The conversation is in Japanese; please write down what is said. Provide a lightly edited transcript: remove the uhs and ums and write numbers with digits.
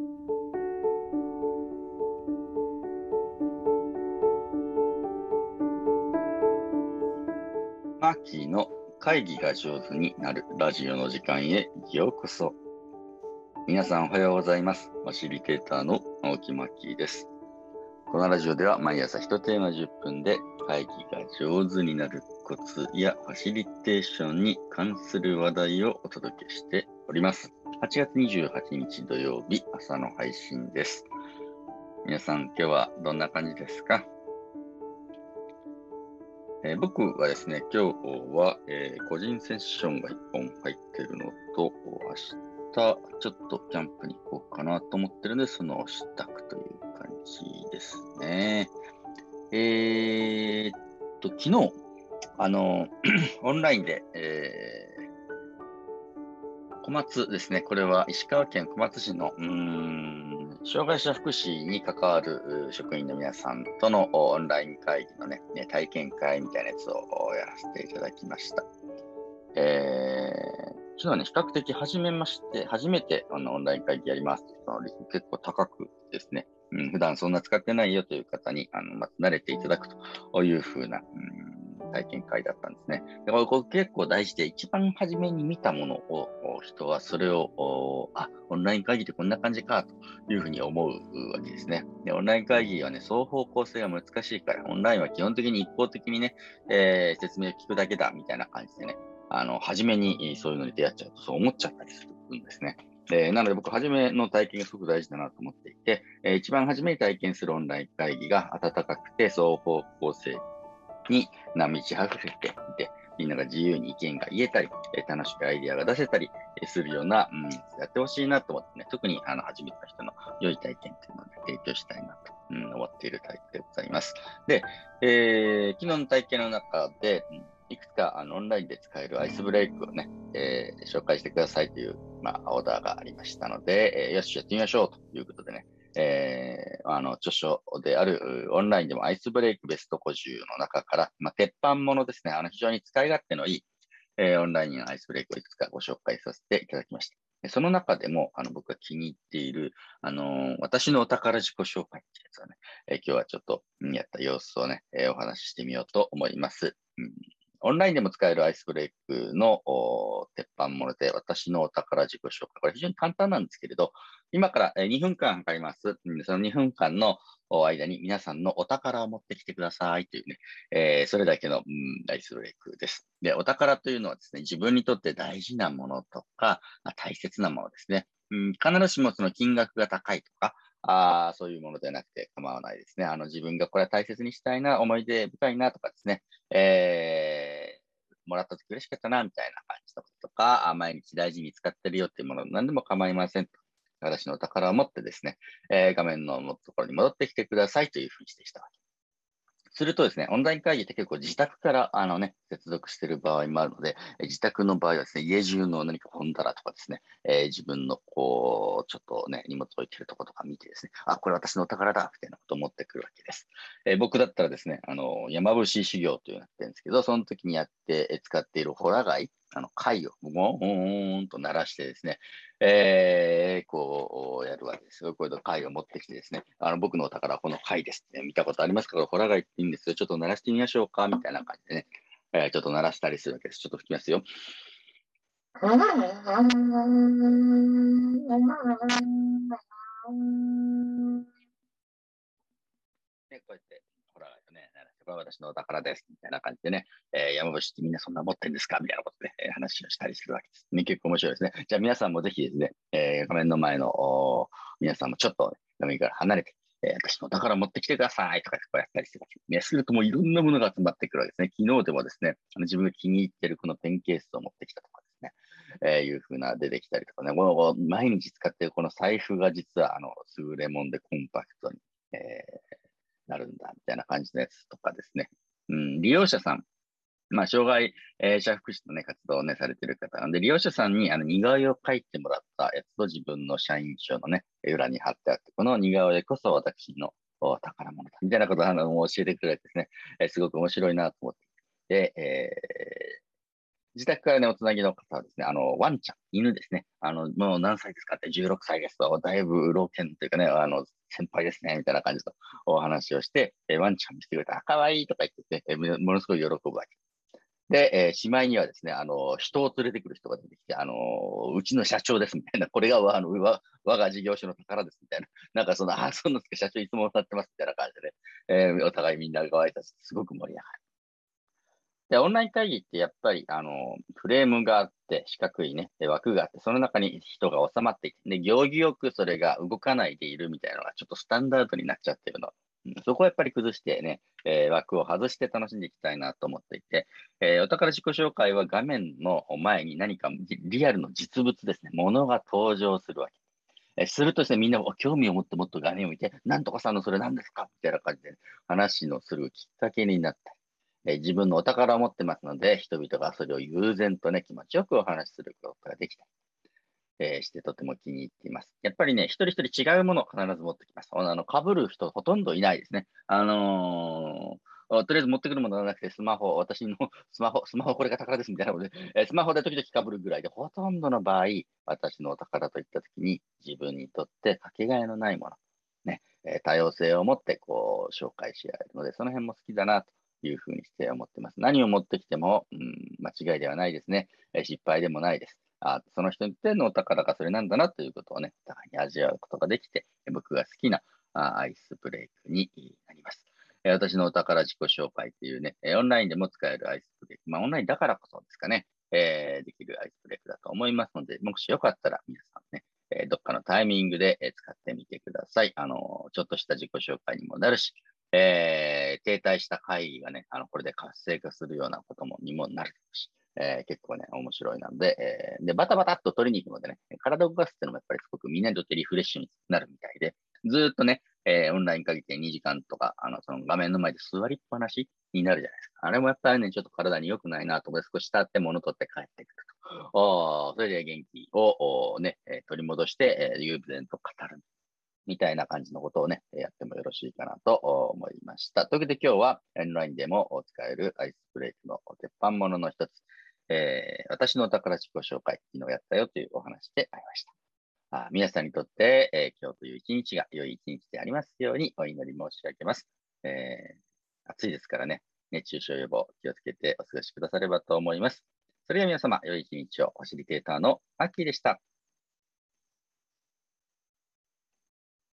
マーキーの会議が上手になるラジオの時間へようこそ。皆さんおはようございます。ファシリテーターの青木マーキーです。このラジオでは毎朝1テーマ10分で会議が上手になるコツやファシリテーションに関する話題をお届けしております。8月28日土曜日朝の配信です。皆さん今日はどんな感じですか？僕はですね、今日は、個人セッションが1本入ってるのと、明日ちょっとキャンプに行こうかなと思ってるので、その支度という感じですね。昨日、オンラインで、小松ですね。これは石川県小松市の、障害者福祉に関わる職員の皆さんとのオンライン会議のね、体験会みたいなやつをやらせていただきました。昨日はね、比較的初めてオンライン会議やりますっていう率結構高くですね、普段そんな使ってないよという方に、慣れていただくというふうな、体験会だったんですね。だからこれ結構大事で、一番初めに見たものを、人はそれを、オンライン会議ってこんな感じかというふうに思うわけですね。で、オンライン会議はね、双方向性が難しいから、オンラインは基本的に一方的にね、説明を聞くだけだみたいな感じでね、初めにそういうのに出会っちゃうとそう思っちゃったりするんですね。なので僕、初めの体験がすごく大事だなと思っていて、一番初めに体験するオンライン会議が温かくて双方向性に満ち溢れていて、みんなが自由に意見が言えたり、楽しくアイディアが出せたりするような、やってほしいなと思ってね、特に初めての人の良い体験というのを、提供したいなと、思っているタイプでございます。で、昨日の体験の中で、いくつかオンラインで使えるアイスブレイクをね、紹介してくださいという、オーダーがありましたので、よし、やってみましょうということでね、著書であるオンラインでもアイスブレイクベスト50の中から、鉄板ものですね、非常に使い勝手のいい、オンラインのアイスブレイクをいくつかご紹介させていただきました。その中でも、僕が気に入っている、私のお宝自己紹介ってやつをね、今日はちょっと、やった様子をね、お話ししてみようと思います。オンラインでも使えるアイスブレイクの鉄板もので、私のお宝自己紹介。これ非常に簡単なんですけれど、今から2分間測ります。その2分間の間に皆さんのお宝を持ってきてくださいというね、それだけの、アイスブレイクです。で、お宝というのはですね、自分にとって大事なものとか、大切なものですね。必ずしもその金額が高いとか、そういうものではなくて構わないですね。自分がこれは大切にしたいな、思い出深いなとかですね、もらった時嬉しかったな、みたいな感じのこととか、毎日大事に使ってるよっていうもの、何でも構いませんと。私のお宝を持ってですね、画面のところに戻ってきてくださいというふうにしてしたわけ。するとですね、オンライン会議って結構自宅から接続している場合もあるので、自宅の場合はですね、家中の何か本棚とかですね、自分のちょっとね、荷物置いてるとことか見てですね、これ私のお宝だ、みたいなことを思ってくるわけです。僕だったらですね、山伏修行というのをやってるんですけど、その時に使っているホラ貝、貝をゴーンと鳴らしてですね、やるわけですよ。これで貝を持ってきてですね、僕のお宝はこの貝ですって、ね、見たことありますか？ホラ貝っていいんですよ。ちょっと鳴らしてみましょうかみたいな感じでね、ちょっと鳴らしたりするわけです。ちょっと吹きますよ。で、こうやって、ホラ貝をね、鳴らして、これは私のお宝です。みたいな感じでね、山伏ってみんなそんな持ってるんですかみたいなことで、話をしたりするわけです。ね、結構面白いですね。じゃあ皆さんもぜひですね、画面の前の皆さんもちょっと、ね、画面から離れて、私のお宝持ってきてくださいとかこうやったりするわけですね。するともういろんなものが集まってくるわけですね。昨日でもですね、自分が気に入ってるこのペンケースを持ってきたとかですね、いう風な出てきたりとかね、もう毎日使ってるこの財布が実は優れもんでコンパクトに、えなるんだ、みたいな感じのやつとかですね。利用者さん、障害者福祉のね、活動をね、されてる方なんで、利用者さんに似顔絵を描いてもらったやつと自分の社員証のね、裏に貼ってあって、この似顔絵こそ私の宝物だ、みたいなことを教えてくれてですね、すごく面白いなと思って、で、 自宅からね、おつなぎの方はですね、ワンちゃん、犬ですね。もう何歳ですかって、16歳ですと、だいぶ老犬というかね、先輩ですね、みたいな感じとお話をして、ワンちゃん見せてくれたら、可愛いとか言ってて、ものすごい喜ぶわけ。で、しまいにはですね、人を連れてくる人が出てきて、うちの社長ですみたいな、これが我が事業所の宝ですみたいな、なんかそうなんですか、社長いつも歌ってますみたいな感じでね、お互いみんなご挨拶すごく盛り上がる。で、オンライン会議ってやっぱり、フレームがあって、四角いね、枠があって、その中に人が収まっていて、で、行儀よくそれが動かないでいるみたいなのがちょっとスタンダードになっちゃってるの。そこをやっぱり崩してね、枠を外して楽しんでいきたいなと思っていて、お宝自己紹介は画面の前に何かリアルの実物ですね、ものが登場するわけ。するとですね、みんな興味を持ってもっと画面を見て、なんとかさんのそれ何ですかみたいな感じで話のするきっかけになったり、自分のお宝を持ってますので、人々がそれを悠然とね、気持ちよくお話しすることができたり、してとても気に入っています。やっぱりね、一人一人違うものを必ず持ってきます。被る人ほとんどいないですね。とりあえず持ってくるものがなくて、スマホ、私のスマホこれが宝ですみたいなことで、スマホで時々被るぐらいで、ほとんどの場合、私のお宝といったときに、自分にとってかけがえのないもの、ね、多様性を持ってこう紹介し合えるので、その辺も好きだなというふうにして思ってます。何を持ってきても、間違いではないですね。失敗でもないです。その人にとってのお宝がそれなんだなということをね、お互いに味わうことができて、僕が好きなアイスブレイクになります。私のお宝自己紹介っていうね、オンラインでも使えるアイスブレイク。まあ、オンラインだからこそですかね、できるアイスブレイクだと思いますので、もしよかったら皆さんね、どっかのタイミングで使ってみてください。ちょっとした自己紹介にもなるし、停滞した会議がね、これで活性化するようなことにもなるし、結構ね、面白いので、で、バタバタっと取りに行くのでね、体を動かすっていうのもやっぱりすごくみんなにとってリフレッシュになるみたいで、ずーっとね、オンライン会議で2時間とか、その画面の前で座りっぱなしになるじゃないですか。あれもやっぱりね、ちょっと体に良くないなと思って、少し立って物取って帰ってくると。それで元気をね、取り戻して、悠然と語る。みたいな感じのことをね、やってもよろしいかなと思いました。というわけで今日はオンラインでも使えるアイスブレイクの鉄板ものの一つ、私のお宝自己紹介、昨日やったよというお話でありました。皆さんにとって、今日という一日が良い一日でありますようにお祈り申し上げます。暑いですからね、熱中症予防気をつけてお過ごしくださればと思います。それでは皆様、良い一日をファシリテーターのアッキーでした。